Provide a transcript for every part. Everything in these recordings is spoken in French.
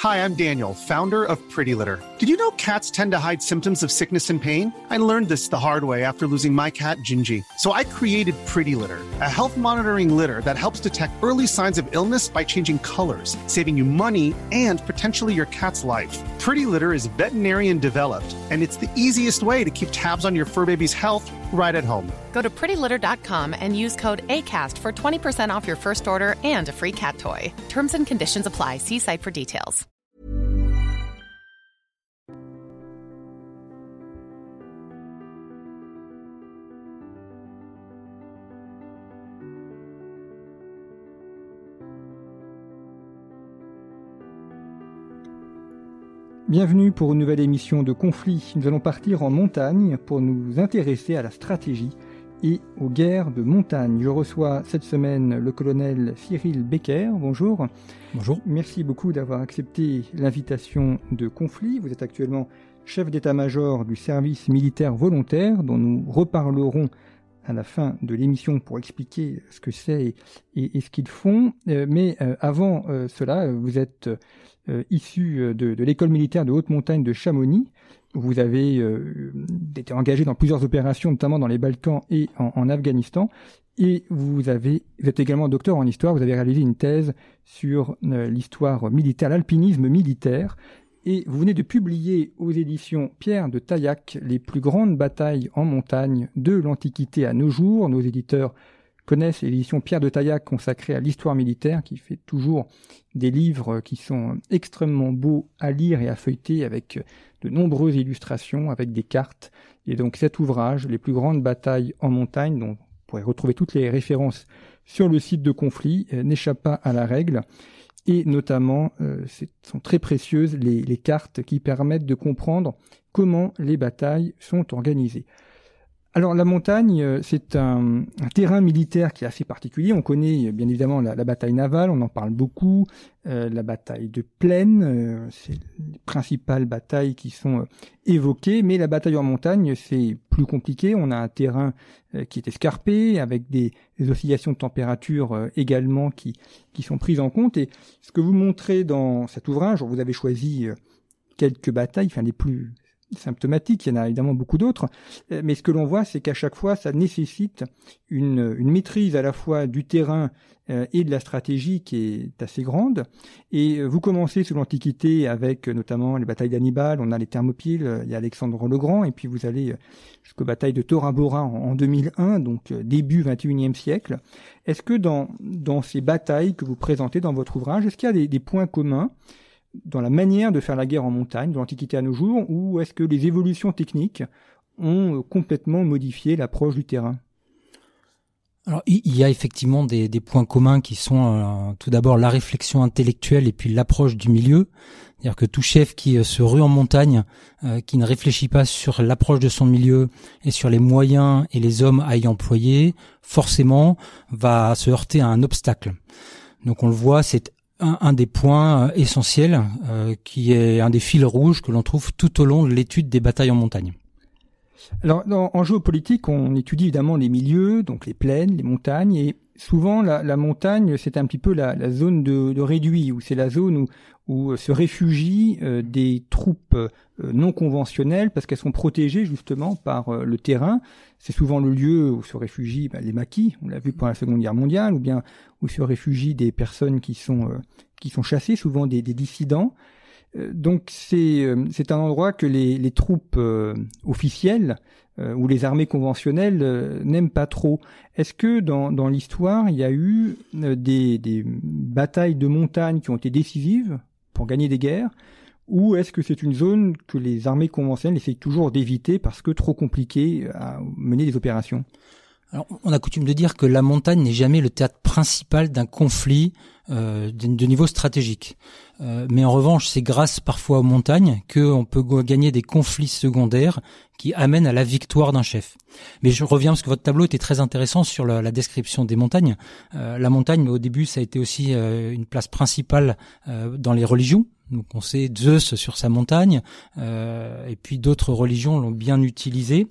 Hi, I'm Daniel, founder of Pretty Litter. Did you know cats tend to hide symptoms of sickness and pain? I learned this the hard way after losing my cat, Gingy. So I created Pretty Litter, a health monitoring litter that helps detect early signs of illness by changing colors, saving you money and potentially your cat's life. Pretty Litter is veterinarian developed, and it's the easiest way to keep tabs on your fur baby's health right at home. Go to prettylitter.com and use code ACAST for 20% off your first order and a free cat toy. Terms and conditions apply. See site for details. Bienvenue pour une nouvelle émission de Conflit. Nous allons partir en montagne pour nous intéresser à la stratégie et aux guerres de montagne. Je reçois cette semaine le colonel Cyril Becker. Bonjour. Bonjour. Merci beaucoup d'avoir accepté l'invitation de Conflit. Vous êtes actuellement chef d'état-major du service militaire volontaire dont nous reparlerons à la fin de l'émission pour expliquer ce que c'est et ce qu'ils font. Mais avant cela, vous êtes issu de l'école militaire de haute montagne de Chamonix. Vous avez été engagé dans plusieurs opérations, notamment dans les Balkans et en Afghanistan. Et vous êtes également docteur en histoire. Vous avez réalisé une thèse sur l'histoire militaire, l'alpinisme militaire. Et vous venez de publier aux éditions Pierre de Taillac les plus grandes batailles en montagne de l'Antiquité à nos jours. Nos éditeurs connaissent l'édition Pierre de Taillac consacrée à l'histoire militaire, qui fait toujours des livres qui sont extrêmement beaux à lire et à feuilleter, avec de nombreuses illustrations, avec des cartes. Et donc cet ouvrage, Les plus grandes batailles en montagne, dont vous pourrez retrouver toutes les références sur le site de Conflit, n'échappe pas à la règle. Et notamment, sont très précieuses les cartes qui permettent de comprendre comment les batailles sont organisées. Alors la montagne, c'est un terrain militaire qui est assez particulier. On connaît bien évidemment la bataille navale, on en parle beaucoup, la bataille de plaine, c'est les principales batailles qui sont évoquées, mais la bataille en montagne, c'est plus compliqué. On a un terrain qui est escarpé, avec des oscillations de température également qui sont prises en compte. Et ce que vous montrez dans cet ouvrage, vous avez choisi quelques batailles, enfin les plus symptomatiques, il y en a évidemment beaucoup d'autres, mais ce que l'on voit, c'est qu'à chaque fois, ça nécessite une maîtrise à la fois du terrain et de la stratégie qui est assez grande. Et vous commencez sous l'Antiquité avec notamment les batailles d'Hannibal, on a les Thermopyles, il y a Alexandre le Grand, et puis vous allez jusqu'aux batailles de Tora Bora en 2001, donc début 21e siècle. Est-ce que dans ces batailles que vous présentez dans votre ouvrage, est-ce qu'il y a des points communs dans la manière de faire la guerre en montagne, de l'Antiquité à nos jours, ou est-ce que les évolutions techniques ont complètement modifié l'approche du terrain ? Alors, il y a effectivement des points communs qui sont tout d'abord la réflexion intellectuelle et puis l'approche du milieu. C'est-à-dire que tout chef qui se rue en montagne, qui ne réfléchit pas sur l'approche de son milieu et sur les moyens et les hommes à y employer, forcément va se heurter à un obstacle. Donc on le voit, c'est un des points essentiels qui est un des fils rouges que l'on trouve tout au long de l'étude des batailles en montagne. Alors, en géopolitique, on étudie évidemment les milieux, donc les plaines, les montagnes, et souvent la montagne, c'est un petit peu la zone de réduit, où c'est la zone où se réfugient des troupes non conventionnelles, parce qu'elles sont protégées justement par le terrain. C'est souvent le lieu où se réfugient les maquis, on l'a vu pendant la Seconde Guerre mondiale, ou bien où se réfugient des personnes qui sont chassées, souvent des dissidents. Donc c'est un endroit que les troupes officielles ou les armées conventionnelles n'aiment pas trop. Est-ce que dans l'histoire, il y a eu des batailles de montagne qui ont été décisives pour gagner des guerres, ou est-ce que c'est une zone que les armées conventionnelles essayent toujours d'éviter parce que trop compliqué à mener des opérations ? Alors, on a coutume de dire que la montagne n'est jamais le théâtre principal d'un conflit de niveau stratégique. Mais en revanche, c'est grâce parfois aux montagnes qu'on peut gagner des conflits secondaires qui amènent à la victoire d'un chef. Mais je reviens parce que votre tableau était très intéressant sur la description des montagnes. La montagne, au début, ça a été aussi une place principale dans les religions. Donc on sait Zeus sur sa montagne, et puis d'autres religions l'ont bien utilisé.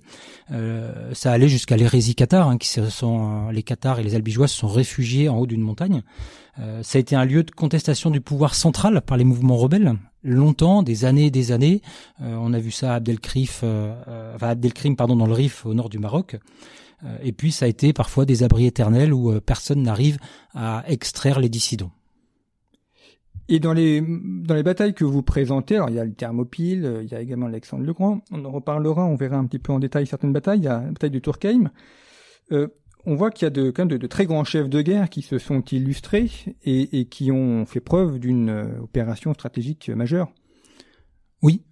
Ça allait jusqu'à l'hérésie cathare, qui les cathares et les albigeois se sont réfugiés en haut d'une montagne. Ça a été un lieu de contestation du pouvoir central par les mouvements rebelles. Longtemps, des années et des années. On a vu ça à Abdelkrim, dans le Rif, au nord du Maroc. Et puis, ça a été parfois des abris éternels où personne n'arrive à extraire les dissidents. Et dans les batailles que vous présentez, alors il y a le Thermopyle, il y a également Alexandre le Grand, on en reparlera, on verra un petit peu en détail certaines batailles, il y a la bataille de Turckheim. On voit qu'il y a quand même de très grands chefs de guerre qui se sont illustrés et qui ont fait preuve d'une opération stratégique majeure. Oui.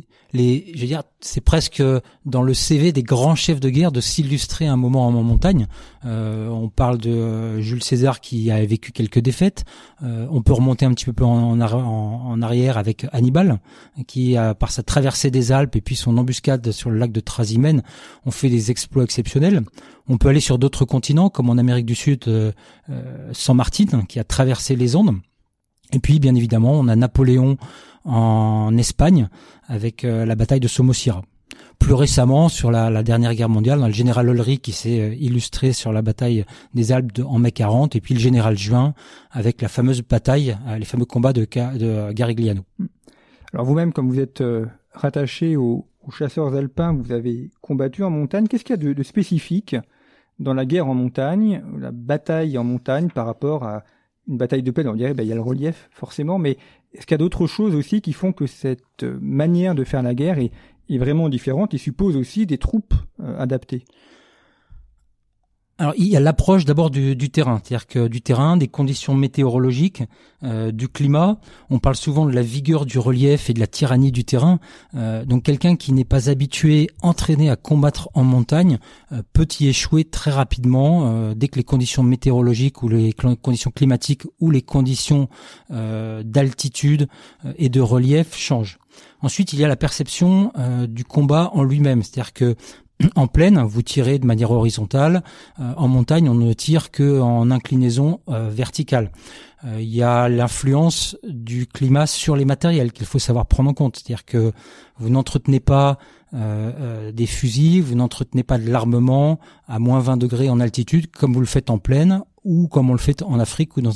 Je veux dire, c'est presque dans le CV des grands chefs de guerre de s'illustrer un moment en montagne. On parle de Jules César qui a vécu quelques défaites. On peut remonter un petit peu en arrière avec Hannibal, qui par sa traversée des Alpes et puis son embuscade sur le lac de Trasimène, ont fait des exploits exceptionnels. On peut aller sur d'autres continents, comme en Amérique du Sud, San Martin, qui a traversé les Andes. Et puis, bien évidemment, on a Napoléon en Espagne avec la bataille de Somosierra. Plus récemment, sur la dernière guerre mondiale, on a le général Olry qui s'est illustré sur la bataille des Alpes en mai 40, et puis le général Juin avec la fameuse bataille, les fameux combats de Garigliano. Alors vous-même, comme vous êtes rattaché aux chasseurs alpins, vous avez combattu en montagne. Qu'est-ce qu'il y a de spécifique dans la guerre en montagne, la bataille en montagne par rapport à une bataille de plaine? On dirait, il y a le relief, forcément, mais est-ce qu'il y a d'autres choses aussi qui font que cette manière de faire la guerre est vraiment différente et suppose aussi des troupes adaptées? Alors, il y a l'approche d'abord du terrain, c'est-à-dire que du terrain, des conditions météorologiques, du climat. On parle souvent de la vigueur du relief et de la tyrannie du terrain. Donc, quelqu'un qui n'est pas habitué, entraîné à combattre en montagne, peut y échouer très rapidement dès que les conditions météorologiques ou les conditions climatiques ou les conditions d'altitude et de relief changent. Ensuite, il y a la perception du combat en lui-même, c'est-à-dire que en plaine, vous tirez de manière horizontale. En montagne, on ne tire que en inclinaison verticale. Il y a l'influence du climat sur les matériels qu'il faut savoir prendre en compte. C'est-à-dire que vous n'entretenez pas des fusils, vous n'entretenez pas de l'armement à moins 20 degrés en altitude comme vous le faites en plaine ou comme on le fait en Afrique ou dans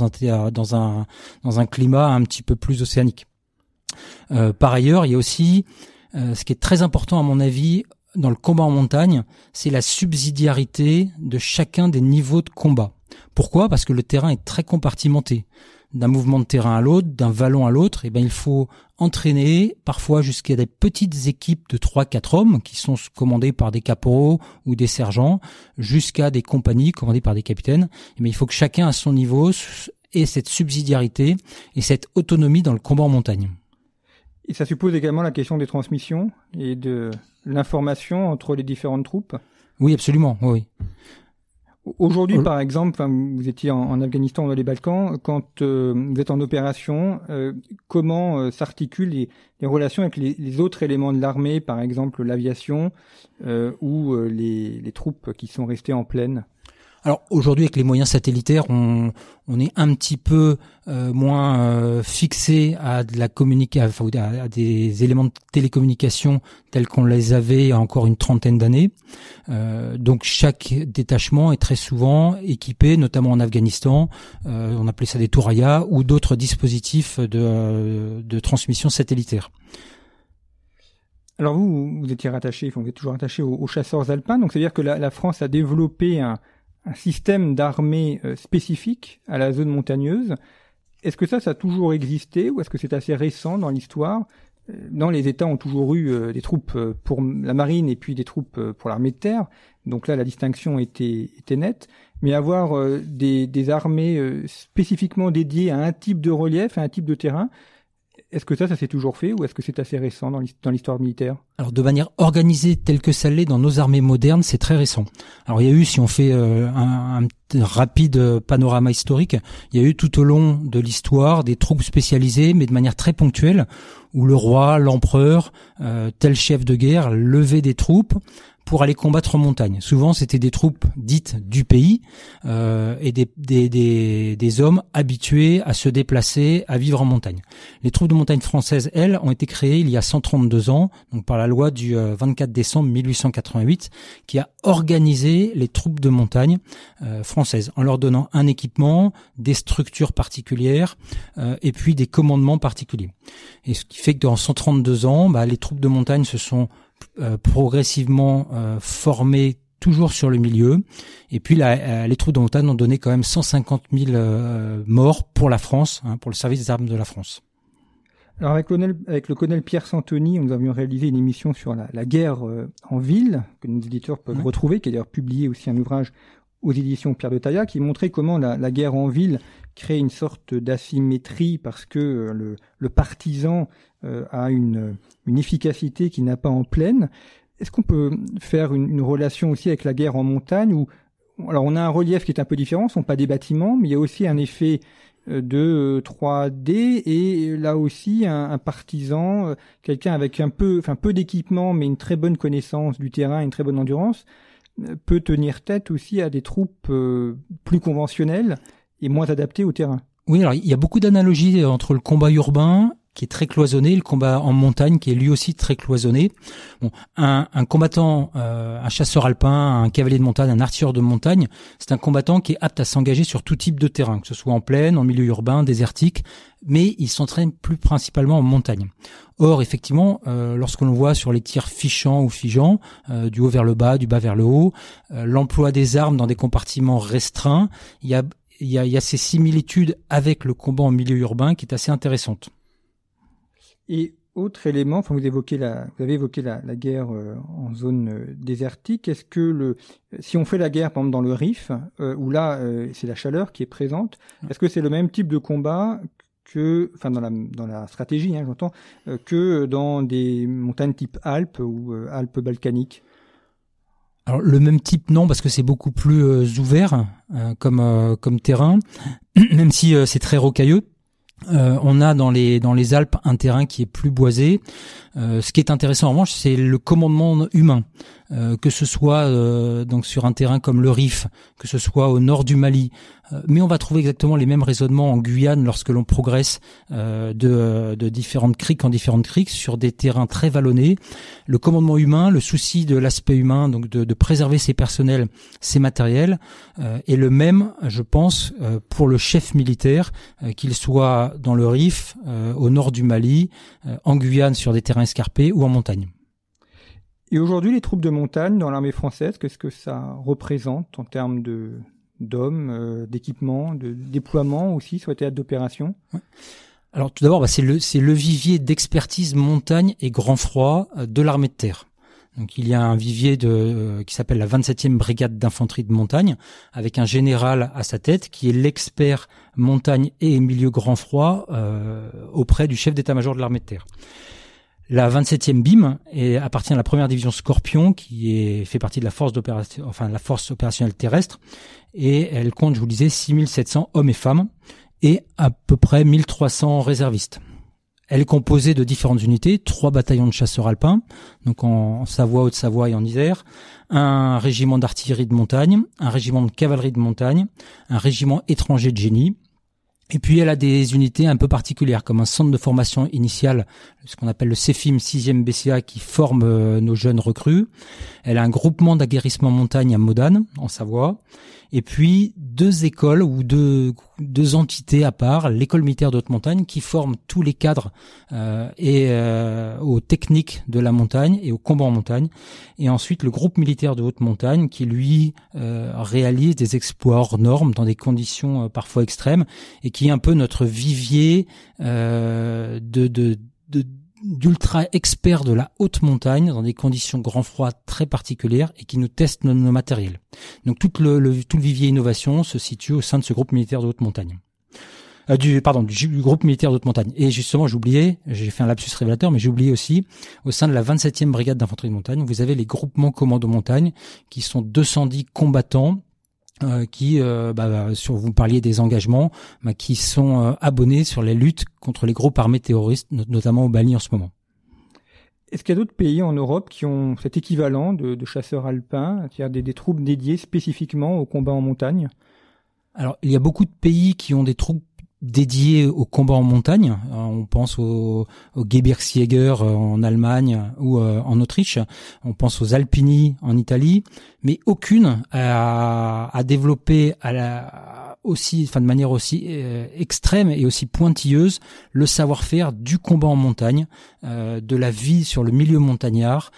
un climat un petit peu plus océanique. Par ailleurs, il y a aussi ce qui est très important à mon avis dans le combat en montagne, c'est la subsidiarité de chacun des niveaux de combat. Pourquoi ? Parce que le terrain est très compartimenté. D'un mouvement de terrain à l'autre, d'un vallon à l'autre, il faut entraîner parfois jusqu'à des petites équipes de 3-4 hommes qui sont commandés par des caporaux ou des sergents, jusqu'à des compagnies commandées par des capitaines. Il faut que chacun à son niveau ait cette subsidiarité et cette autonomie dans le combat en montagne. Et ça suppose également la question des transmissions et de l'information entre les différentes troupes? Oui, absolument, oui. Aujourd'hui, par exemple, vous étiez en Afghanistan ou dans les Balkans, quand vous êtes en opération, comment s'articulent les relations avec les autres éléments de l'armée, par exemple l'aviation ou les troupes qui sont restées en plaine? Alors aujourd'hui, avec les moyens satellitaires, on est un petit peu moins fixé à de la à des éléments de télécommunication tels qu'on les avait il y a encore une trentaine d'années. Donc chaque détachement est très souvent équipé, notamment en Afghanistan, on appelait ça des Touraya ou d'autres dispositifs de transmission satellitaire. Alors vous étiez rattaché, vous êtes toujours rattaché aux chasseurs alpins, donc c'est-à-dire que la France a développé un système d'armée spécifique à la zone montagneuse. Est-ce que ça a toujours existé ou est-ce que c'est assez récent dans l'histoire? Non, les États ont toujours eu des troupes pour la marine et puis des troupes pour l'armée de terre. Donc là, la distinction était nette. Mais avoir des armées spécifiquement dédiées à un type de relief, à un type de terrain, est-ce que ça s'est toujours fait ou est-ce que c'est assez récent dans l'histoire militaire? Alors de manière organisée telle que ça l'est dans nos armées modernes, c'est très récent. Alors il y a eu, si on fait un rapide panorama historique, il y a eu tout au long de l'histoire des troupes spécialisées, mais de manière très ponctuelle, où le roi, l'empereur, tel chef de guerre levait des troupes pour aller combattre en montagne. Souvent, c'était des troupes dites du pays et des hommes habitués à se déplacer, à vivre en montagne. Les troupes de montagne françaises, elles, ont été créées il y a 132 ans, donc par la loi du 24 décembre 1888, qui a organisé les troupes de montagne françaises françaises, en leur donnant un équipement, des structures particulières et puis des commandements particuliers. Et ce qui fait que dans 132 ans, les troupes de montagne se sont progressivement formées toujours sur le milieu. Et puis les troupes de montagne ont donné quand même 150 000 morts pour la France, pour le service des armes de la France. Alors avec le colonel Pierre Santoni, nous avions réalisé une émission sur la guerre en ville, que nos éditeurs peuvent retrouver, qui a d'ailleurs publié aussi un ouvrage aux éditions Pierre de Taillat, qui montrait comment la guerre en ville crée une sorte d'asymétrie parce que le partisan a une efficacité qu'il n'a pas en plaine. Est-ce qu'on peut faire une relation aussi avec la guerre en montagne où, alors on a un relief qui est un peu différent, ce ne sont pas des bâtiments, mais il y a aussi un effet de 3D et là aussi un partisan, quelqu'un avec peu d'équipement mais une très bonne connaissance du terrain, une très bonne endurance, peut tenir tête aussi à des troupes plus conventionnelles et moins adaptées au terrain. Oui, alors il y a beaucoup d'analogies entre le combat urbain qui est très cloisonné, le combat en montagne qui est lui aussi très cloisonné. Bon, un combattant, un chasseur alpin, un cavalier de montagne, un artilleur de montagne, c'est un combattant qui est apte à s'engager sur tout type de terrain, que ce soit en plaine, en milieu urbain, désertique, mais il s'entraîne plus principalement en montagne. Or, effectivement, lorsque l'on voit sur les tirs fichants ou figeants, du haut vers le bas, du bas vers le haut, l'emploi des armes dans des compartiments restreints, il y a ces similitudes avec le combat en milieu urbain qui est assez intéressante. Et autre élément, vous avez évoqué la guerre en zone désertique. Est-ce que si on fait la guerre par exemple dans le Rif, où là c'est la chaleur qui est présente, est-ce que c'est le même type de combat dans la stratégie, j'entends, que dans des montagnes type Alpes ou Alpes balkaniques? Alors le même type non, parce que c'est beaucoup plus ouvert comme terrain, même si c'est très rocailleux. On a dans les Alpes un terrain qui est plus boisé. Ce qui est intéressant en revanche, c'est le commandement humain, que ce soit donc sur un terrain comme le Rif, que ce soit au nord du Mali. Mais on va trouver exactement les mêmes raisonnements en Guyane lorsque l'on progresse de différentes criques en différentes criques sur des terrains très vallonnés. Le commandement humain, le souci de l'aspect humain, donc de préserver ses personnels, ses matériels, est le même, je pense, pour le chef militaire, qu'il soit dans le Rif, au nord du Mali, en Guyane sur des terrains escarpés ou en montagne. Et aujourd'hui, les troupes de montagne dans l'armée française, qu'est-ce que ça représente en termes d'hommes, d'équipements, de déploiement aussi sur les théâtres d'opération? Ouais. Alors tout d'abord, c'est le vivier d'expertise montagne et grand froid de l'armée de terre. Donc il y a un vivier qui s'appelle la 27e brigade d'infanterie de montagne, avec un général à sa tête qui est l'expert montagne et milieu grand froid auprès du chef d'état-major de l'armée de terre. La 27e BIM appartient à la première division Scorpion, qui fait partie de la force la force opérationnelle terrestre, et elle compte, je vous le disais, 6700 hommes et femmes, et à peu près 1300 réservistes. Elle est composée de différentes unités, 3 bataillons de chasseurs alpins, donc en Savoie, Haute-Savoie et en Isère, un régiment d'artillerie de montagne, un régiment de cavalerie de montagne, un régiment étranger de génie. Et puis elle a des unités un peu particulières, comme un centre de formation initiale, ce qu'on appelle le CEFIM 6e BCA, qui forme nos jeunes recrues. Elle a un groupement d'aguerrissement montagne à Modane, en Savoie. Et puis 2 écoles ou deux entités à part, l'école militaire de haute montagne qui forme tous les cadres aux techniques de la montagne et au combat en montagne, et ensuite le groupe militaire de haute montagne qui lui réalise des exploits hors normes dans des conditions parfois extrêmes, et qui est un peu notre vivier d'ultra experts de la haute montagne dans des conditions grand froid très particulières, et qui nous testent nos matériels. Donc tout le vivier innovation se situe au sein de ce groupe militaire de haute montagne. Du groupe militaire de haute montagne. Et justement, j'ai fait un lapsus révélateur, mais j'ai oublié aussi, au sein de la 27e brigade d'infanterie de montagne, vous avez les groupements commando montagne, qui sont 210 combattants, vous parliez des engagements, qui sont abonnés sur les luttes contre les groupes armés terroristes, notamment au Mali en ce moment. Est-ce qu'il y a d'autres pays en Europe qui ont cet équivalent de chasseurs alpins, c'est-à-dire des troupes dédiées spécifiquement au combat en montagne? Alors, il y a beaucoup de pays qui ont des troupes dédiés au combat en montagne. On pense au Gebirgsjäger en Allemagne ou en Autriche. On pense aux Alpini en Italie, mais aucune a développé de manière aussi extrême et aussi pointilleuse le savoir-faire du combat en montagne, de la vie sur le milieu montagnard,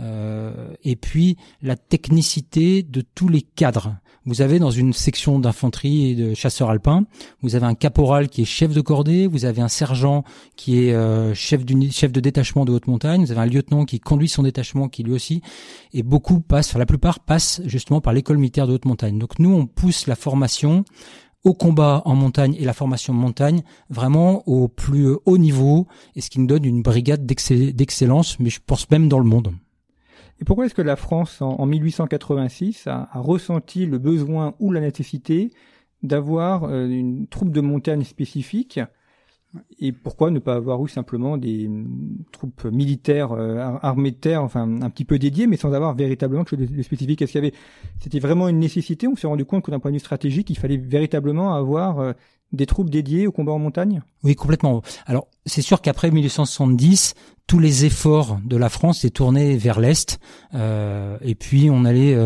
et puis la technicité de tous les cadres. Vous avez dans une section d'infanterie et de chasseurs alpins, vous avez un caporal qui est chef de cordée, vous avez un sergent qui est chef de détachement de haute montagne, vous avez un lieutenant qui conduit son détachement qui lui aussi, et la plupart passent justement par l'école militaire de haute montagne. Donc nous, on pousse la formation au combat en montagne et la formation de montagne vraiment au plus haut niveau, et ce qui nous donne une brigade d'excellence, mais je pense même dans le monde. Et pourquoi est-ce que la France, en 1886, a ressenti le besoin ou la nécessité d'avoir une troupe de montagne spécifique? Et pourquoi ne pas avoir eu simplement des troupes militaires, armées de terre, enfin un petit peu dédiées, mais sans avoir véritablement quelque chose de spécifique? Est-ce qu'il y avait, c'était vraiment une nécessité? On s'est rendu compte que d'un point de vue stratégique, il fallait véritablement avoir des troupes dédiées au combat en montagne? Oui, complètement. Alors, c'est sûr qu'après 1870, tous les efforts de la France s'est tournés vers l'Est, et puis on allait,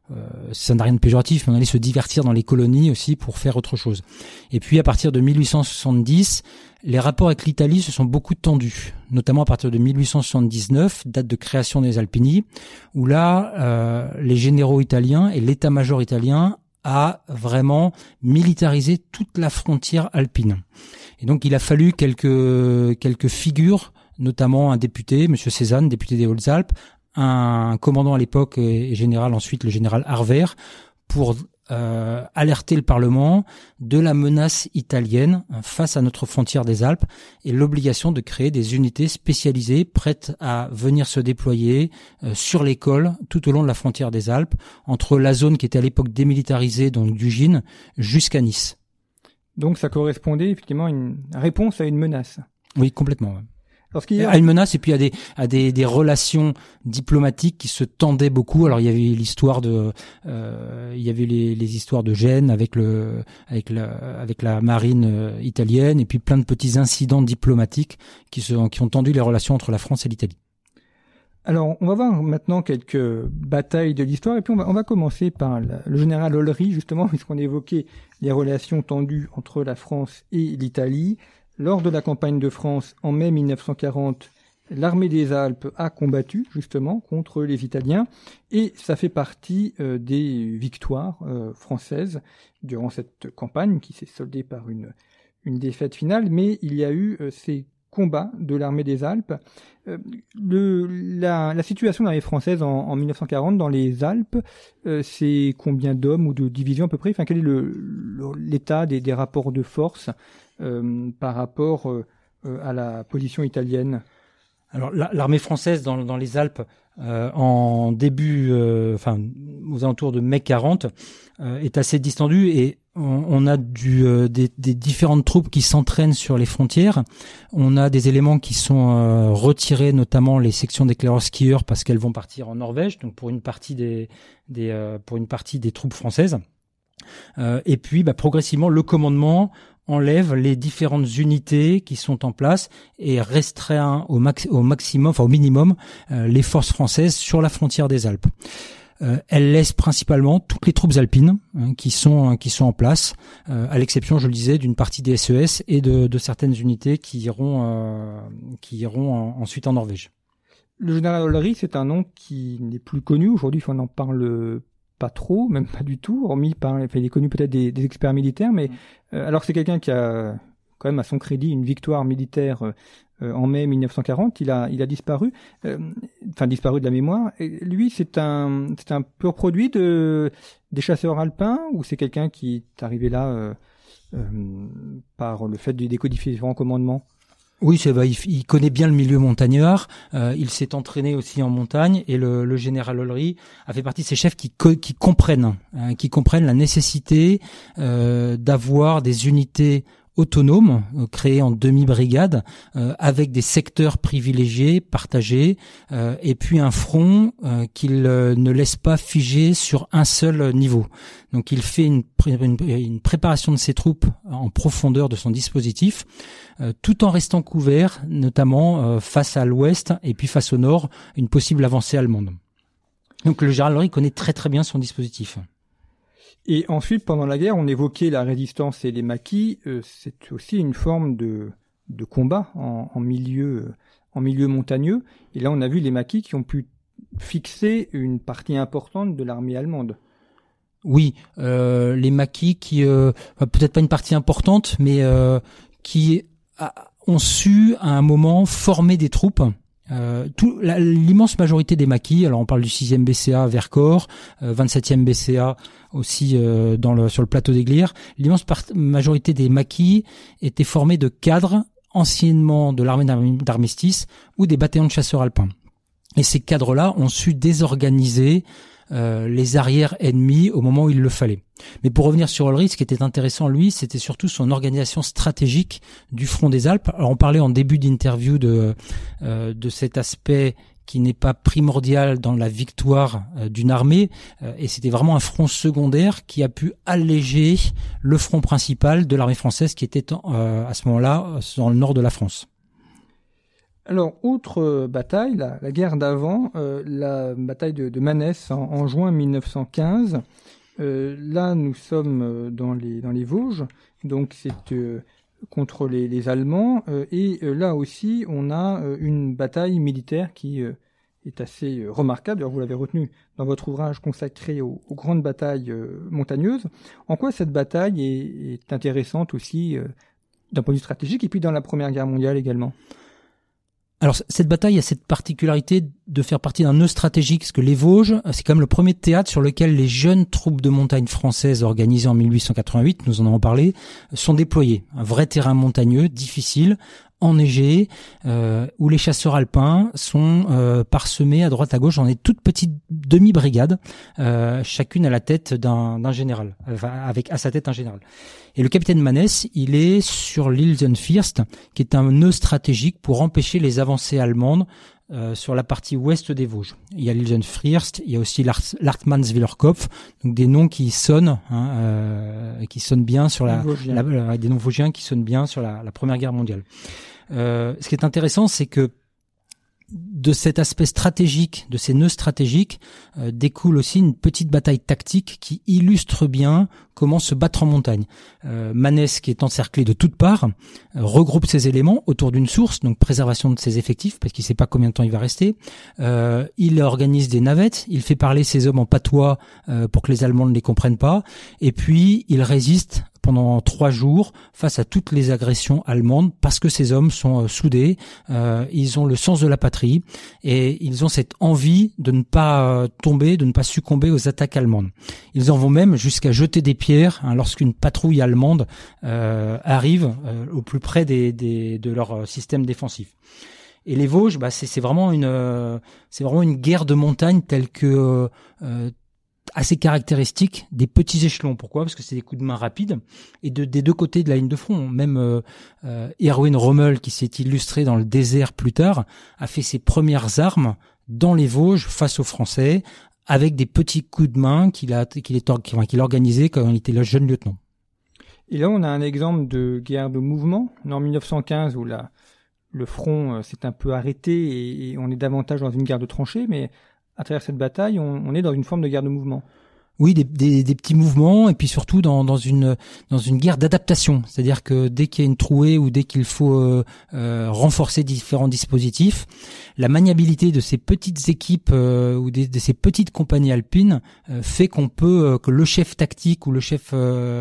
ça n'a rien de péjoratif, mais on allait se divertir dans les colonies aussi pour faire autre chose. Et puis à partir de 1870, les rapports avec l'Italie se sont beaucoup tendus, notamment à partir de 1879, date de création des Alpini, où là, les généraux italiens et l'état-major italien a vraiment militarisé toute la frontière alpine. Et donc il a fallu quelques figures, notamment un député, monsieur Cézanne, député des Hautes-Alpes, un commandant à l'époque et général ensuite, le général Harvert, pour alerter le Parlement de la menace italienne face à notre frontière des Alpes et l'obligation de créer des unités spécialisées prêtes à venir se déployer sur les cols tout au long de la frontière des Alpes, entre la zone qui était à l'époque démilitarisée, donc d'Ugine, jusqu'à Nice. Donc ça correspondait effectivement à une réponse à une menace. Oui, complètement. Ouais. À une menace et puis à des relations diplomatiques qui se tendaient beaucoup. Alors il y avait l'histoire de il y avait les histoires de Gênes avec la marine italienne, et puis plein de petits incidents diplomatiques qui ont tendu les relations entre la France et l'Italie. Alors, on va voir maintenant quelques batailles de l'histoire, et puis on va commencer par le général Ollery, justement, puisqu'on évoquait les relations tendues entre la France et l'Italie. Lors de la campagne de France, en mai 1940, l'armée des Alpes a combattu justement contre les Italiens, et ça fait partie des victoires françaises durant cette campagne qui s'est soldée par une défaite finale. Mais il y a eu ces combats de l'armée des Alpes. La situation de l'armée française en 1940 dans les Alpes, c'est combien d'hommes ou de divisions à peu près? Enfin, quel est l'état des rapports de force par rapport à la position italienne? Alors l'armée française dans les Alpes en début, aux alentours de mai 40, est assez distendue, et on a des différentes troupes qui s'entraînent sur les frontières. On a des éléments qui sont retirés, notamment les sections d'éclaireurs skieurs, parce qu'elles vont partir en Norvège, donc pour une partie des troupes françaises. Et puis progressivement le commandement enlève les différentes unités qui sont en place et restreint au maximum, au minimum, les forces françaises sur la frontière des Alpes. Elle laisse principalement toutes les troupes alpines qui sont en place, à l'exception, je le disais, d'une partie des SES et de certaines unités qui iront ensuite en Norvège. Le général Ollery, c'est un nom qui n'est plus connu aujourd'hui, on n'en parle pas trop, même pas du tout, il est connu peut-être des experts militaires, mais alors c'est quelqu'un qui a quand même à son crédit une victoire militaire en mai 1940, il a disparu, disparu de la mémoire. Et lui, c'est un pur produit des chasseurs alpins, ou c'est quelqu'un qui est arrivé là par le fait de décodifier différents commandements? Oui, il connaît bien le milieu montagnard, il s'est entraîné aussi en montagne, et le général Ollery a fait partie de ces chefs qui comprennent la nécessité d'avoir des unités autonome, créé en demi-brigade, avec des secteurs privilégiés, partagés, et puis un front qu'il ne laisse pas figer sur un seul niveau. Donc il fait une préparation de ses troupes en profondeur de son dispositif, tout en restant couvert, notamment face à l'ouest et puis face au nord, une possible avancée allemande. Donc le général Henry connaît très très bien son dispositif. Et ensuite, pendant la guerre, on évoquait la résistance et les maquis. C'est aussi une forme de combat en milieu montagneux. Et là, on a vu les maquis qui ont pu fixer une partie importante de l'armée allemande. Oui, les maquis qui, peut-être pas une partie importante, mais qui ont su à un moment former des troupes. L'immense majorité des maquis, alors on parle du 6e BCA Vercors, 27e BCA aussi sur le plateau des Glières, l'immense majorité des maquis étaient formés de cadres anciennement de l'armée d'armistice ou des bataillons de chasseurs alpins. Et ces cadres-là ont su désorganiser les arrières ennemis au moment où il le fallait. Mais pour revenir sur Olry, ce qui était intéressant, lui, c'était surtout son organisation stratégique du front des Alpes. Alors on parlait en début d'interview de cet aspect qui n'est pas primordial dans la victoire d'une armée, et c'était vraiment un front secondaire qui a pu alléger le front principal de l'armée française qui était à ce moment-là dans le nord de la France. Alors, autre bataille, la guerre d'avant, la bataille de Manesse en juin 1915. Là, nous sommes dans les Vosges, donc c'est contre les Allemands. Et là aussi, on a une bataille militaire qui est assez remarquable. D'ailleurs, vous l'avez retenu dans votre ouvrage consacré aux grandes batailles montagneuses. En quoi cette bataille est intéressante aussi d'un point de vue stratégique et puis dans la Première Guerre mondiale également ? Alors cette bataille a cette particularité de faire partie d'un nœud stratégique, parce que les Vosges, c'est quand même le premier théâtre sur lequel les jeunes troupes de montagne françaises organisées en 1888, nous en avons parlé, sont déployées. Un vrai terrain montagneux, difficile, enneigé, où les chasseurs alpins sont parsemés à droite à gauche dans des toutes petites demi-brigades, chacune à la tête d'un général, avec à sa tête un général. Et le capitaine Manesse, il est sur l'Ilsenfirst, qui est un nœud stratégique pour empêcher les avancées allemandes sur la partie ouest des Vosges. Il y a l'Ilsenfirst, il y a aussi l'Hartmannswillerkopf, donc des noms qui sonnent, qui sonnent bien sur des noms vosgiens qui sonnent bien sur la Première Guerre mondiale. Ce qui est intéressant, c'est que de cet aspect stratégique, de ces nœuds stratégiques, découle aussi une petite bataille tactique qui illustre bien comment se battre en montagne. Manesse, qui est encerclé de toutes parts, regroupe ses éléments autour d'une source, donc préservation de ses effectifs, parce qu'il ne sait pas combien de temps il va rester. Il organise des navettes, il fait parler ses hommes en patois pour que les Allemands ne les comprennent pas, et puis il résiste pendant 3 jours face à toutes les agressions allemandes, parce que ces hommes sont soudés, ils ont le sens de la patrie, et ils ont cette envie de ne pas tomber, de ne pas succomber aux attaques allemandes. Ils en vont même jusqu'à jeter des pierres lorsqu'une patrouille allemande arrive au plus près de leur système défensif. Et les Vosges, c'est vraiment une guerre de montagne telle que assez caractéristique des petits échelons. Pourquoi ? Parce que c'est des coups de main rapides et des deux côtés de la ligne de front. Même Erwin Rommel, qui s'est illustré dans le désert plus tard, a fait ses premières armes dans les Vosges face aux Français, avec des petits coups de main qu'il organisait quand il était le jeune lieutenant. Et là, on a un exemple de guerre de mouvement, en 1915, où le front s'est un peu arrêté et on est davantage dans une guerre de tranchées, mais à travers cette bataille, on est dans une forme de guerre de mouvement. Oui, des petits mouvements, et puis surtout dans une guerre d'adaptation. C'est-à-dire que dès qu'il y a une trouée ou dès qu'il faut renforcer différents dispositifs, la maniabilité de ces petites équipes ou de ces petites compagnies alpines fait que le chef tactique ou le chef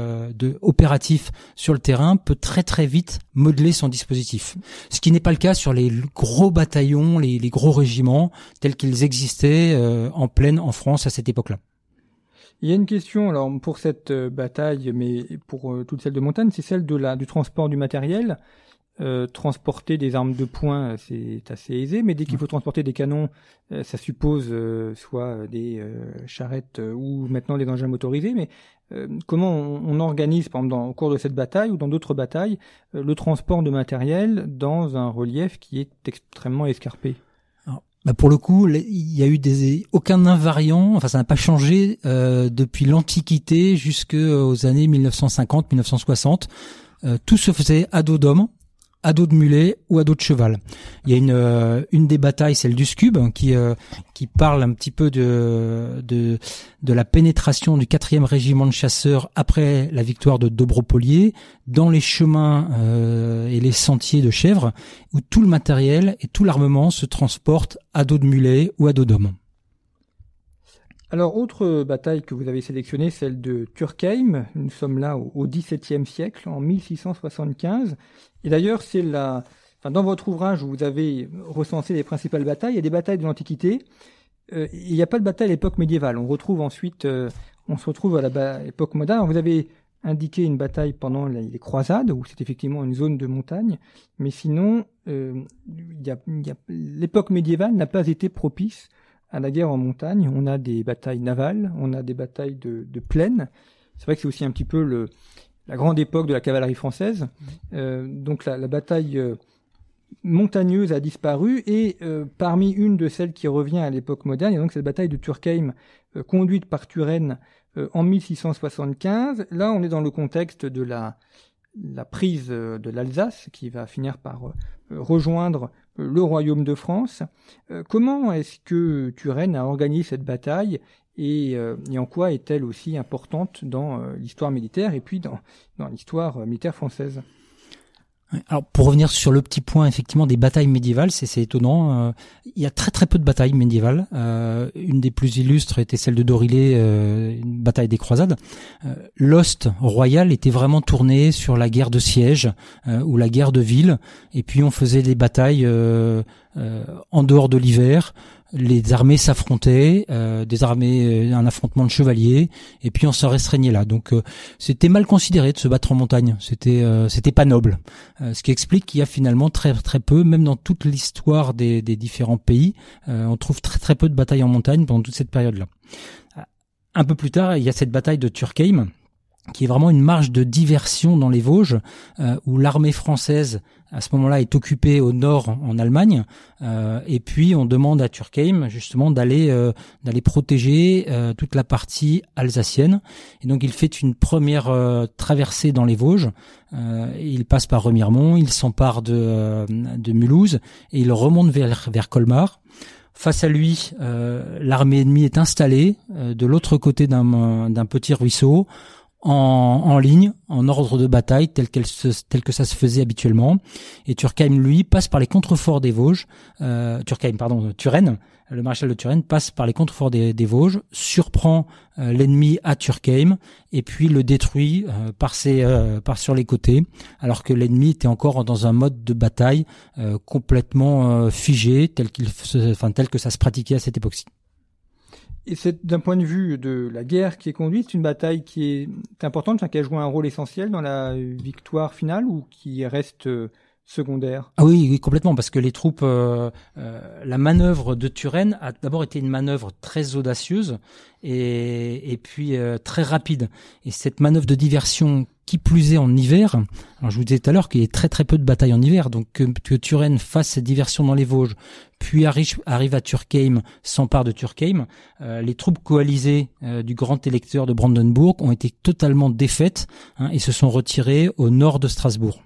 opératif sur le terrain peut très très vite modeler son dispositif. Ce qui n'est pas le cas sur les gros bataillons, les gros régiments tels qu'ils existaient en plaine en France à cette époque-là. Il y a une question, alors, pour cette bataille, mais pour toutes celles de montagne, c'est celle du transport du matériel. Transporter des armes de poing, c'est assez aisé, mais dès qu'il faut transporter des canons, ça suppose soit des charrettes ou maintenant des engins motorisés. Mais comment on organise, par exemple, au cours de cette bataille ou dans d'autres batailles, le transport de matériel dans un relief qui est extrêmement escarpé? Pour le coup, il y a eu aucun invariant, enfin ça n'a pas changé depuis l'Antiquité jusqu'aux années 1950-1960. Tout se faisait à dos d'homme, à dos de mulet ou à dos de cheval. Il y a une des batailles, celle du Scub, qui parle un petit peu de la pénétration du 4e régiment de chasseurs après la victoire de Dobropolier dans les chemins et les sentiers de chèvres, où tout le matériel et tout l'armement se transportent à dos de mulet ou à dos d'homme. Alors, autre bataille que vous avez sélectionnée, celle de Turckheim. Nous sommes là au XVIIe siècle, en 1675. Et d'ailleurs, dans votre ouvrage où vous avez recensé les principales batailles, il y a des batailles de l'Antiquité. Il n'y a pas de bataille à l'époque médiévale. On retrouve ensuite, on se retrouve à l'époque moderne. Alors, vous avez indiqué une bataille pendant les croisades, où c'est effectivement une zone de montagne. Mais sinon, l'époque médiévale n'a pas été propice à la guerre en montagne. On a des batailles navales, on a des batailles de plaine. C'est vrai que c'est aussi un petit peu la grande époque de la cavalerie française. Donc la bataille montagneuse a disparu, et parmi une de celles qui revient à l'époque moderne, il y a donc cette bataille de Turckheim conduite par Turenne en 1675. Là, on est dans le contexte de la prise de l'Alsace, qui va finir par rejoindre le royaume de France. Comment est-ce que Turenne a organisé cette bataille, et en quoi est-elle aussi importante dans l'histoire militaire et puis dans l'histoire militaire française? Alors, pour revenir sur le petit point, effectivement, des batailles médiévales, c'est étonnant. Il y a très très peu de batailles médiévales. Une des plus illustres était celle de Dorilé, une bataille des croisades. L'Ost royal était vraiment tourné sur la guerre de siège ou la guerre de ville. Et puis on faisait des batailles en dehors de l'hiver. Les armées s'affrontaient, un affrontement de chevaliers, et puis on s'en restreignait là. Donc c'était mal considéré de se battre en montagne. C'était pas noble. Ce qui explique qu'il y a finalement très très peu, même dans toute l'histoire des différents pays, on trouve très très peu de batailles en montagne pendant toute cette période-là. Un peu plus tard, il y a cette bataille de Turckheim, qui est vraiment une marche de diversion dans les Vosges, où l'armée française à ce moment-là est occupée au nord en Allemagne, et puis on demande à Turckheim justement d'aller protéger toute la partie alsacienne. Et donc il fait une première traversée dans les Vosges. Il passe par Remiremont, il s'empare de Mulhouse et il remonte vers Colmar. Face à lui, l'armée ennemie est installée de l'autre côté d'un petit ruisseau, en ligne, en ordre de bataille, tel que ça se faisait habituellement. Et Turckheim, lui, passe par les contreforts des Vosges. Turenne, le maréchal de Turenne passe par les contreforts des Vosges, surprend l'ennemi à Turckheim et puis le détruit par sur les côtés, alors que l'ennemi était encore dans un mode de bataille complètement figé, tel que ça se pratiquait à cette époque-ci. Et c'est d'un point de vue de la guerre qui est conduite, une bataille qui est importante, qui a joué un rôle essentiel dans la victoire finale, ou qui reste secondaire? Ah oui, complètement, parce que les troupes, la manœuvre de Turenne a d'abord été une manœuvre très audacieuse et puis très rapide. Et cette manœuvre de diversion, qui plus est en hiver, alors je vous disais tout à l'heure qu'il y a très très peu de batailles en hiver, donc que Turenne fasse cette diversion dans les Vosges, puis arrive à Turckheim, s'empare de Turckheim, les troupes coalisées du grand électeur de Brandenburg ont été totalement défaites, et se sont retirées au nord de Strasbourg.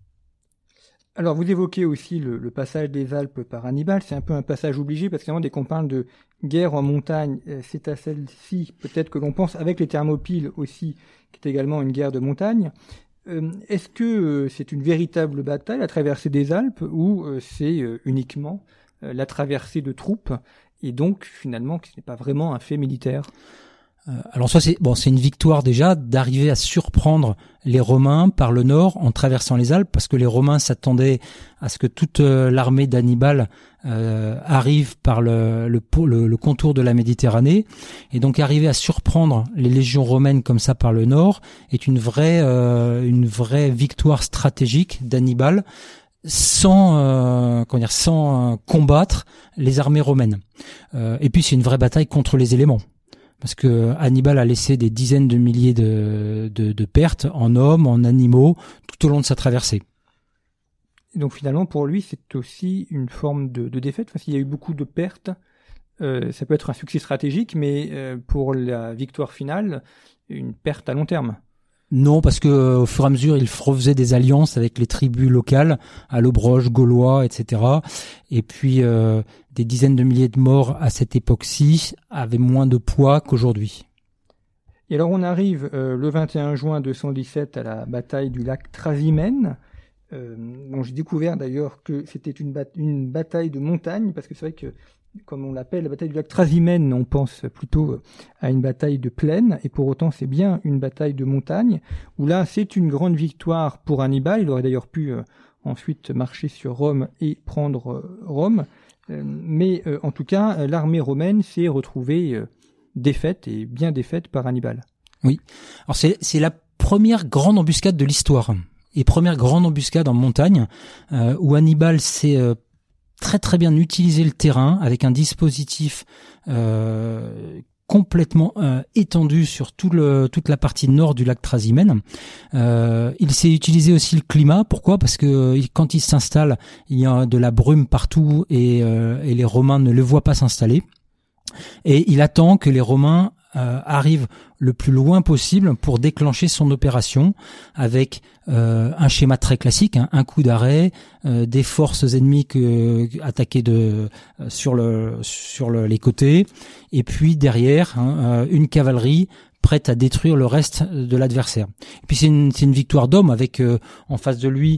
Alors, vous évoquez aussi le passage des Alpes par Hannibal. C'est un peu un passage obligé, parce que dès qu'on parle de guerre en montagne, c'est à celle-ci peut-être que l'on pense, avec les Thermopyles aussi, qui est également une guerre de montagne. Est-ce que c'est une véritable bataille, la traversée des Alpes, ou c'est uniquement la traversée de troupes, et donc finalement ce n'est pas vraiment un fait militaire? Alors ça c'est une victoire déjà d'arriver à surprendre les Romains par le nord en traversant les Alpes, parce que les Romains s'attendaient à ce que toute l'armée d'Hannibal arrive par le contour de la Méditerranée, et donc arriver à surprendre les légions romaines comme ça par le nord est une vraie victoire stratégique d'Hannibal, sans combattre les armées romaines. Et puis c'est une vraie bataille contre les éléments. parce que Hannibal a laissé des dizaines de milliers de pertes en hommes, en animaux, tout au long de sa traversée. Donc finalement, pour lui, c'est aussi une forme de défaite. Enfin, s'il y a eu beaucoup de pertes, ça peut être un succès stratégique, mais pour la victoire finale, une perte à long terme. Non, parce que au fur et à mesure, il refaisait des alliances avec les tribus locales, allobroges, gaulois, etc. Et puis, des dizaines de milliers de morts à cette époque-ci avaient moins de poids qu'aujourd'hui. Et alors, on arrive le 21 juin 217 à la bataille du lac Trasimène. Dont j'ai découvert d'ailleurs que c'était une bataille de montagne, parce que c'est vrai que, comme on l'appelle la bataille du lac Trasimène, on pense plutôt à une bataille de plaine, et pour autant c'est bien une bataille de montagne, où là c'est une grande victoire pour Hannibal. Il aurait d'ailleurs pu ensuite marcher sur Rome et prendre Rome, mais en tout cas l'armée romaine s'est retrouvée défaite, et bien défaite par Hannibal. Oui, alors c'est la première grande embuscade de l'histoire. Et première grande embuscade en montagne, où Hannibal sait très très bien utiliser le terrain avec un dispositif complètement étendu sur toute la partie nord du lac Trasimène. Il sait utiliser aussi le climat. Pourquoi ? Parce que quand il s'installe, il y a de la brume partout et les Romains ne le voient pas s'installer. Et il attend que les Romains arrive le plus loin possible pour déclencher son opération avec un schéma très classique, un coup d'arrêt, des forces ennemies attaquées sur les côtés, et puis derrière une cavalerie prête à détruire le reste de l'adversaire. Et puis c'est une victoire d'homme avec en face de lui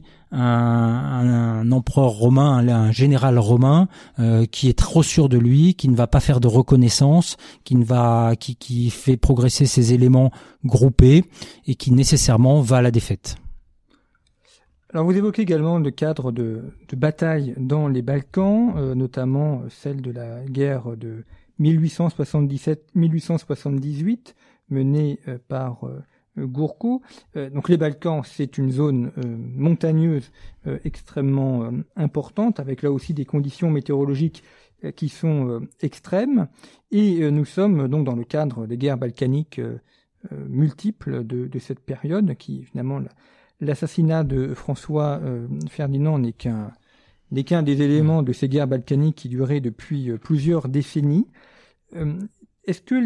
un empereur romain, un général romain qui est trop sûr de lui, qui ne va pas faire de reconnaissance, qui fait progresser ses éléments groupés et qui nécessairement va à la défaite. Alors vous évoquez également le cadre de bataille dans les Balkans, notamment celle de la guerre de 1877-1878 menée par Gourko. Donc les Balkans, c'est une zone montagneuse extrêmement importante, avec là aussi des conditions météorologiques qui sont extrêmes. Et nous sommes donc dans le cadre des guerres balkaniques multiples de cette période, qui finalement l'assassinat de François Ferdinand n'est qu'un des éléments de ces guerres balkaniques qui duraient depuis plusieurs décennies. Est-ce que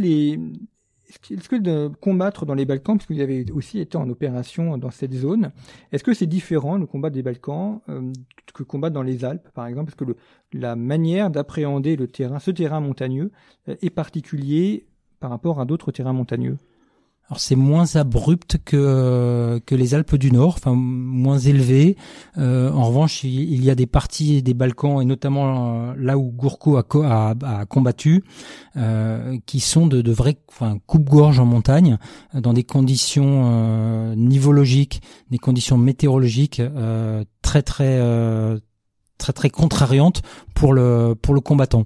de combattre dans les Balkans, parce que vous avez aussi été en opération dans cette zone, est-ce que c'est différent le combat des Balkans que combattre dans les Alpes, par exemple, parce que la manière d'appréhender ce terrain montagneux est particulier par rapport à d'autres terrains montagneux? Alors c'est moins abrupt que les Alpes du Nord, enfin moins élevé. En revanche, il y a des parties des Balkans, et notamment là où Gourko a combattu, qui sont de vrais coupe-gorge en montagne, dans des conditions nivologiques, des conditions météorologiques très contrariante pour le combattant.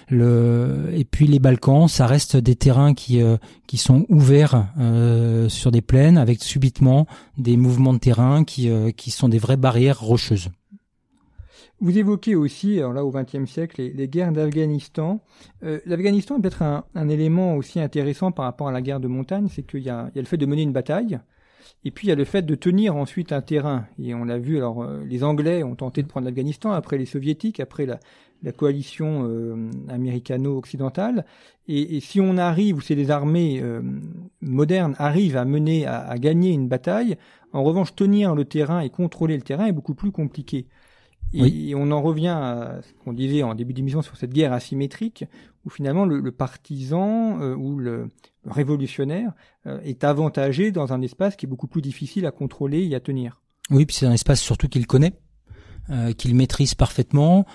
Et puis les Balkans, ça reste des terrains qui sont ouverts sur des plaines, avec subitement des mouvements de terrain qui sont des vraies barrières rocheuses. Vous évoquez aussi, alors là au XXe siècle, les guerres d'Afghanistan. L'Afghanistan est peut-être un élément aussi intéressant par rapport à la guerre de montagne, c'est qu'il y a le fait de mener une bataille. Et puis il y a le fait de tenir ensuite un terrain. Et on l'a vu, alors les Anglais ont tenté de prendre l'Afghanistan, après les Soviétiques, après la coalition américano-occidentale. Et si on arrive, ou si les armées modernes arrivent à gagner une bataille, en revanche tenir le terrain et contrôler le terrain est beaucoup plus compliqué. Et on en revient à ce qu'on disait en début d'émission sur cette guerre asymétrique, où finalement le partisan ou le révolutionnaire est avantagé dans un espace qui est beaucoup plus difficile à contrôler et à tenir. Oui, puis c'est un espace surtout qu'il connaît, qu'il maîtrise parfaitement,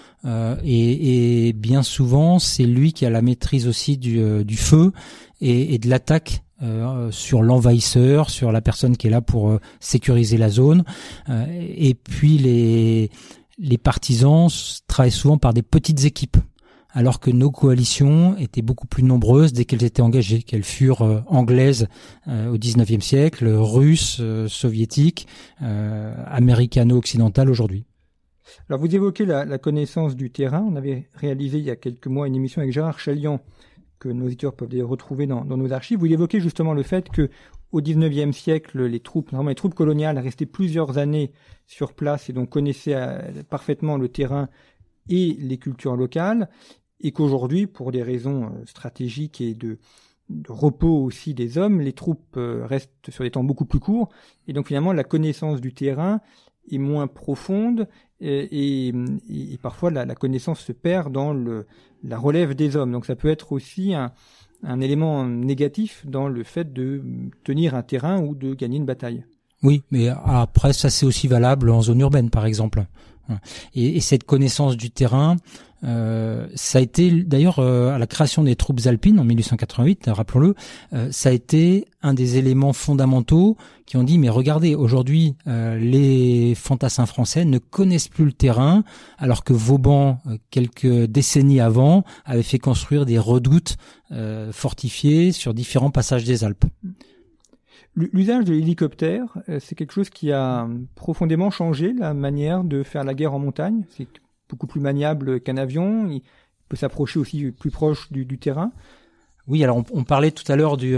et bien souvent c'est lui qui a la maîtrise aussi du feu et de l'attaque. Sur l'envahisseur, sur la personne qui est là pour sécuriser la zone, et puis les partisans travaillent souvent par des petites équipes, alors que nos coalitions étaient beaucoup plus nombreuses dès qu'elles étaient engagées, qu'elles furent anglaises au XIXe siècle, russes, soviétiques, américano-occidentales aujourd'hui. Alors vous évoquez la connaissance du terrain. On avait réalisé il y a quelques mois une émission avec Gérard Chalian que nos auditeurs peuvent les retrouver dans nos archives. Vous évoquez justement le fait que au XIXe siècle, les troupes coloniales restaient plusieurs années sur place et donc connaissaient parfaitement le terrain et les cultures locales, et qu'aujourd'hui, pour des raisons stratégiques et de repos aussi des hommes, les troupes restent sur des temps beaucoup plus courts, et donc finalement la connaissance du terrain est moins profonde, et parfois la connaissance se perd dans la relève des hommes. Donc ça peut être aussi un élément négatif dans le fait de tenir un terrain ou de gagner une bataille. Oui, mais après ça c'est aussi valable en zone urbaine par exemple. Et cette connaissance du terrain, ça a été d'ailleurs à la création des troupes alpines en 1888, rappelons-le, ça a été un des éléments fondamentaux qui ont dit mais regardez, aujourd'hui les fantassins français ne connaissent plus le terrain, alors que Vauban quelques décennies avant avait fait construire des redoutes fortifiées sur différents passages des Alpes. L'usage de l'hélicoptère, c'est quelque chose qui a profondément changé la manière de faire la guerre en montagne. C'est beaucoup plus maniable qu'un avion. Il peut s'approcher aussi plus proche du terrain. Oui, alors on parlait tout à l'heure des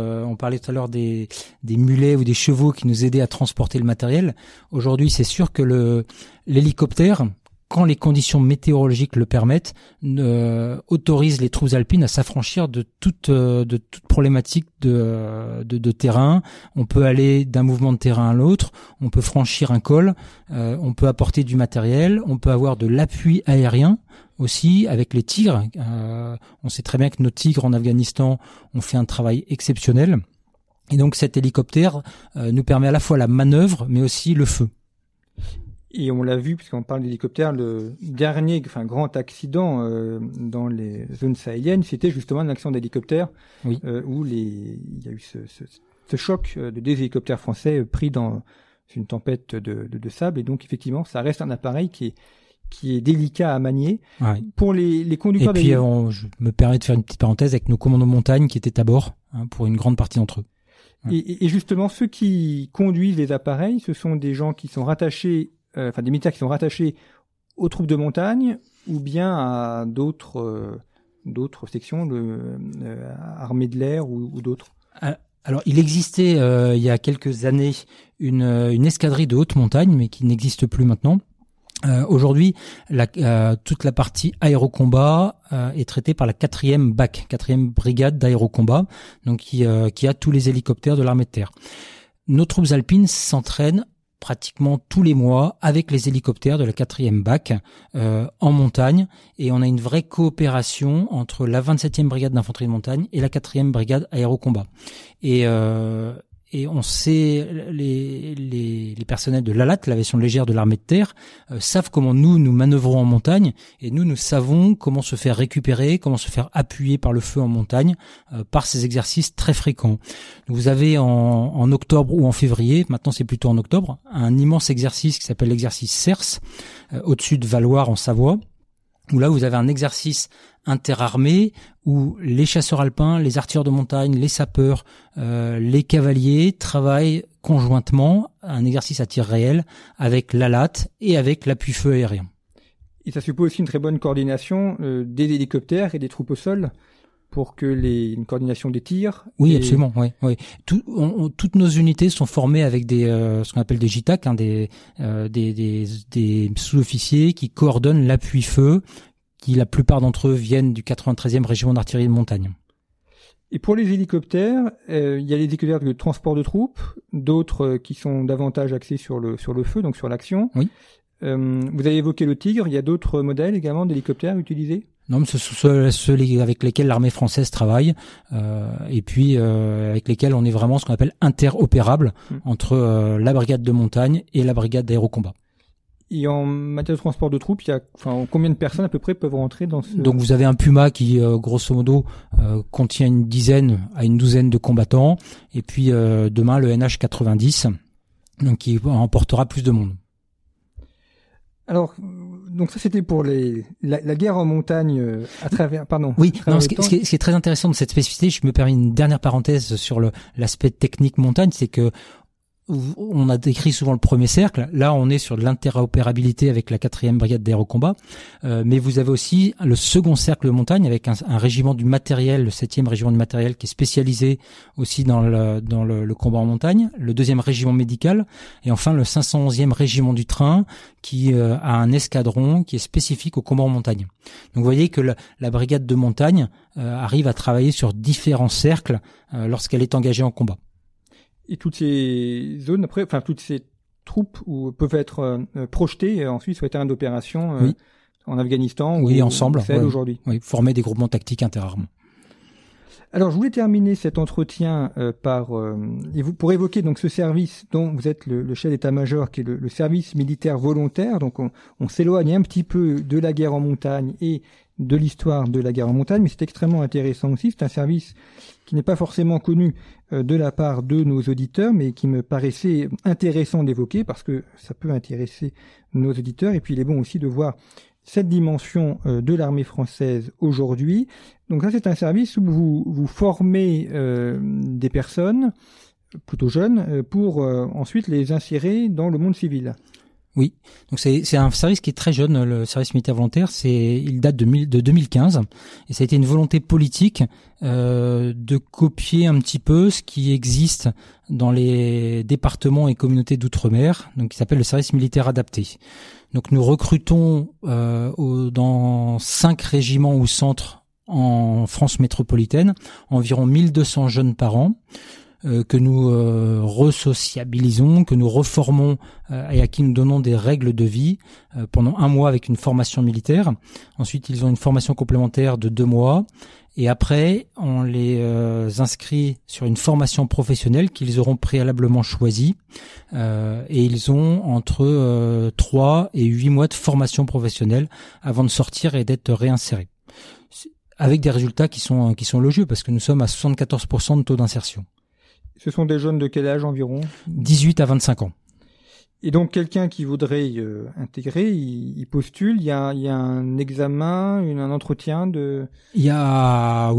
mulets ou des chevaux qui nous aidaient à transporter le matériel. Aujourd'hui, c'est sûr que l'hélicoptère, quand les conditions météorologiques le permettent, autorise les troupes alpines à s'affranchir de toute problématique de terrain. On peut aller d'un mouvement de terrain à l'autre, on peut franchir un col, on peut apporter du matériel, on peut avoir de l'appui aérien aussi avec les tigres. On sait très bien que nos tigres en Afghanistan ont fait un travail exceptionnel. Et donc cet hélicoptère nous permet à la fois la manœuvre, mais aussi le feu. Et on l'a vu, puisqu'on parle d'hélicoptère, le dernier grand accident dans les zones sahéliennes, c'était justement un accident d'hélicoptère, oui. Où il y a eu ce choc de des hélicoptères français pris dans une tempête de sable. Et donc effectivement, ça reste un appareil qui est délicat à manier. Ouais. Pour les conducteurs... Et puis je me permets de faire une petite parenthèse avec nos commandos montagne qui étaient à bord, pour une grande partie d'entre eux. Ouais. Et justement, ceux qui conduisent les appareils, ce sont des gens qui sont rattachés des militaires qui sont rattachés aux troupes de montagne ou bien à d'autres sections, armée de l'air ou d'autres. Alors, il existait il y a quelques années une escadrille de haute montagne, mais qui n'existe plus maintenant. Aujourd'hui, toute la partie aérocombat est traitée par la 4e BAC, 4e brigade d'aérocombat, donc qui a tous les hélicoptères de l'armée de terre. Nos troupes alpines s'entraînent pratiquement tous les mois avec les hélicoptères de la 4e BAC en montagne, et on a une vraie coopération entre la 27e brigade d'infanterie de montagne et la 4e brigade aérocombat. Et on sait, les personnels de l'ALAT, l'aviation légère de l'armée de terre, savent comment nous manœuvrons en montagne, et nous savons comment se faire récupérer, comment se faire appuyer par le feu en montagne, par ces exercices très fréquents. Vous avez en octobre ou en février, maintenant c'est plutôt en octobre, un immense exercice qui s'appelle l'exercice CERS, au-dessus de Valloire en Savoie, où là vous avez un exercice interarmés où les chasseurs alpins, les artilleurs de montagne, les sapeurs, les cavaliers travaillent conjointement, un exercice à tir réel avec l'ALAT et avec l'appui-feu aérien. Et ça suppose aussi une très bonne coordination des hélicoptères et des troupes au sol pour que une coordination des tirs. Oui, absolument. Oui. Toutes nos unités sont formées avec ce qu'on appelle des JTAC, des sous-officiers qui coordonnent l'appui-feu, qui la plupart d'entre eux viennent du 93e régiment d'artillerie de montagne. Et pour les hélicoptères, il y a les hélicoptères de transport de troupes, d'autres qui sont davantage axés sur le feu, donc sur l'action. Oui. Vous avez évoqué le Tigre, il y a d'autres modèles également d'hélicoptères utilisés ? Non, mais ce sont ceux avec lesquels l'armée française travaille, et puis avec lesquels on est vraiment ce qu'on appelle interopérable entre la brigade de montagne et la brigade d'aérocombat. Et en matière de transport de troupes, combien de personnes à peu près peuvent rentrer dans ce... Donc vous avez un Puma qui, grosso modo, contient une dizaine à une douzaine de combattants, et puis demain le NH90, donc qui emportera plus de monde. Alors, donc ça c'était pour la guerre en montagne à travers... Pardon. Oui, ce qui est très intéressant de cette spécificité, je me permets une dernière parenthèse sur l'aspect technique montagne, c'est que on a décrit souvent le premier cercle. Là, on est sur de l'interopérabilité avec la 4e brigade d'air au combat. Mais vous avez aussi le second cercle de montagne avec un régiment du matériel, le 7e régiment du matériel qui est spécialisé aussi dans le combat en montagne. Le 2e régiment médical. Et enfin, le 511e régiment du train qui a un escadron qui est spécifique au combat en montagne. Donc, vous voyez que la brigade de montagne arrive à travailler sur différents cercles lorsqu'elle est engagée en combat. Et toutes ces zones, toutes ces troupes peuvent être projetées ensuite sur les terrains d'opération en Afghanistan ou ensemble, aujourd'hui. Oui, former des groupements tactiques interarmes. Alors, je voulais terminer cet entretien pour évoquer donc ce service dont vous êtes le chef d'état-major, qui est le service militaire volontaire. Donc, on s'éloigne un petit peu de la guerre en montagne et de l'histoire de la guerre en montagne, mais c'est extrêmement intéressant aussi. C'est un service qui n'est pas forcément connu de la part de nos auditeurs, mais qui me paraissait intéressant d'évoquer parce que ça peut intéresser nos auditeurs. Et puis, il est bon aussi de voir cette dimension de l'armée française aujourd'hui. Donc ça, c'est un service où vous formez des personnes plutôt jeunes pour ensuite les insérer dans le monde civil. Oui, donc c'est un service qui est très jeune, le service militaire volontaire. Il date de 2015 et ça a été une volonté politique de copier un petit peu ce qui existe dans les départements et communautés d'outre-mer, donc qui s'appelle le service militaire adapté. Donc nous recrutons dans 5 régiments ou centres en France métropolitaine environ 1200 jeunes par an. Que nous resociabilisons, que nous reformons et à qui nous donnons des règles de vie pendant 1 mois avec une formation militaire. Ensuite, ils ont une formation complémentaire de 2 mois. Et après, on les inscrit sur une formation professionnelle qu'ils auront préalablement choisie. Et ils ont entre 3 et 8 mois de formation professionnelle avant de sortir et d'être réinsérés. Avec des résultats qui sont élogieux parce que nous sommes à 74% de taux d'insertion. Ce sont des jeunes de quel âge environ ? 18 à 25 ans. Et donc quelqu'un qui voudrait intégrer, il postule, il y a un examen, un entretien de... Il y a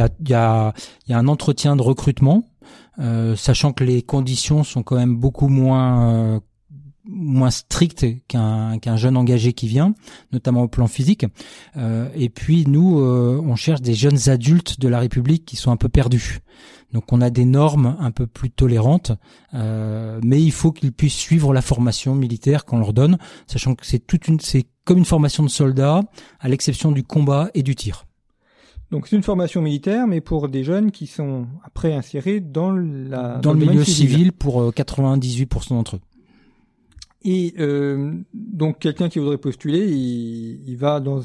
un entretien de recrutement, sachant que les conditions sont quand même beaucoup moins strictes qu'un jeune engagé qui vient, notamment au plan physique. Et puis nous, on cherche des jeunes adultes de la République qui sont un peu perdus. Donc on a des normes un peu plus tolérantes, mais il faut qu'ils puissent suivre la formation militaire qu'on leur donne, sachant que c'est comme une formation de soldats, à l'exception du combat et du tir. Donc c'est une formation militaire, mais pour des jeunes qui sont après insérés dans le milieu civil pour 98% d'entre eux. Et donc quelqu'un qui voudrait postuler, il va dans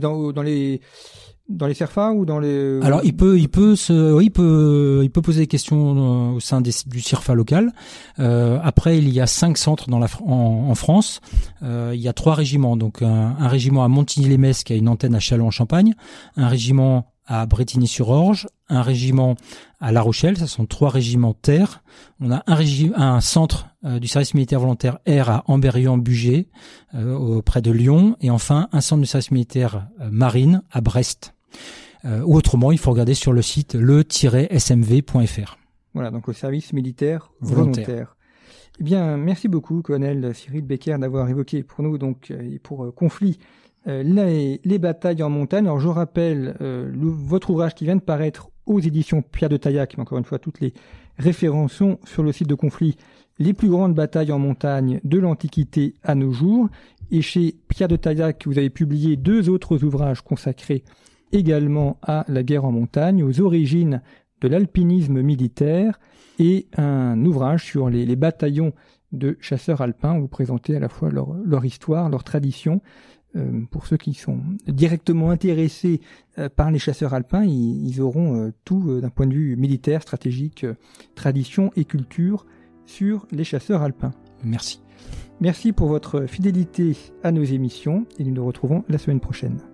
les CERFA ou dans les... Alors il peut poser des questions au sein du CERFA local. Après il y a 5 centres en France. Il y a 3 régiments, donc un régiment à Montigny-lès-Metz qui a une antenne à Châlons-en-Champagne, un régiment à Brétigny-sur-Orge, un régiment à La Rochelle, ça sont 3 régiments terre. On a un centre du service militaire volontaire air à Ambérieu-en-Bugey, près de Lyon, et enfin un centre du service militaire marine à Brest. Ou autrement, il faut regarder sur le site le-smv.fr. Voilà, donc le service militaire volontaire. Eh bien, merci beaucoup, colonel Cyril Becker, d'avoir évoqué pour nous donc pour conflit les batailles en montagne. Alors je rappelle votre ouvrage qui vient de paraître aux éditions Pierre de Taillac, mais encore une fois toutes les références sont sur le site de Conflit, les plus grandes batailles en montagne de l'Antiquité à nos jours. Et chez Pierre de Taillac, vous avez publié 2 autres ouvrages consacrés également à la guerre en montagne, aux origines de l'alpinisme militaire, et un ouvrage sur les bataillons de chasseurs alpins où vous présentez à la fois leur histoire, leur tradition. Pour ceux qui sont directement intéressés par les chasseurs alpins, ils auront tout d'un point de vue militaire, stratégique, tradition et culture sur les chasseurs alpins. Merci. Merci pour votre fidélité à nos émissions et nous nous retrouvons la semaine prochaine.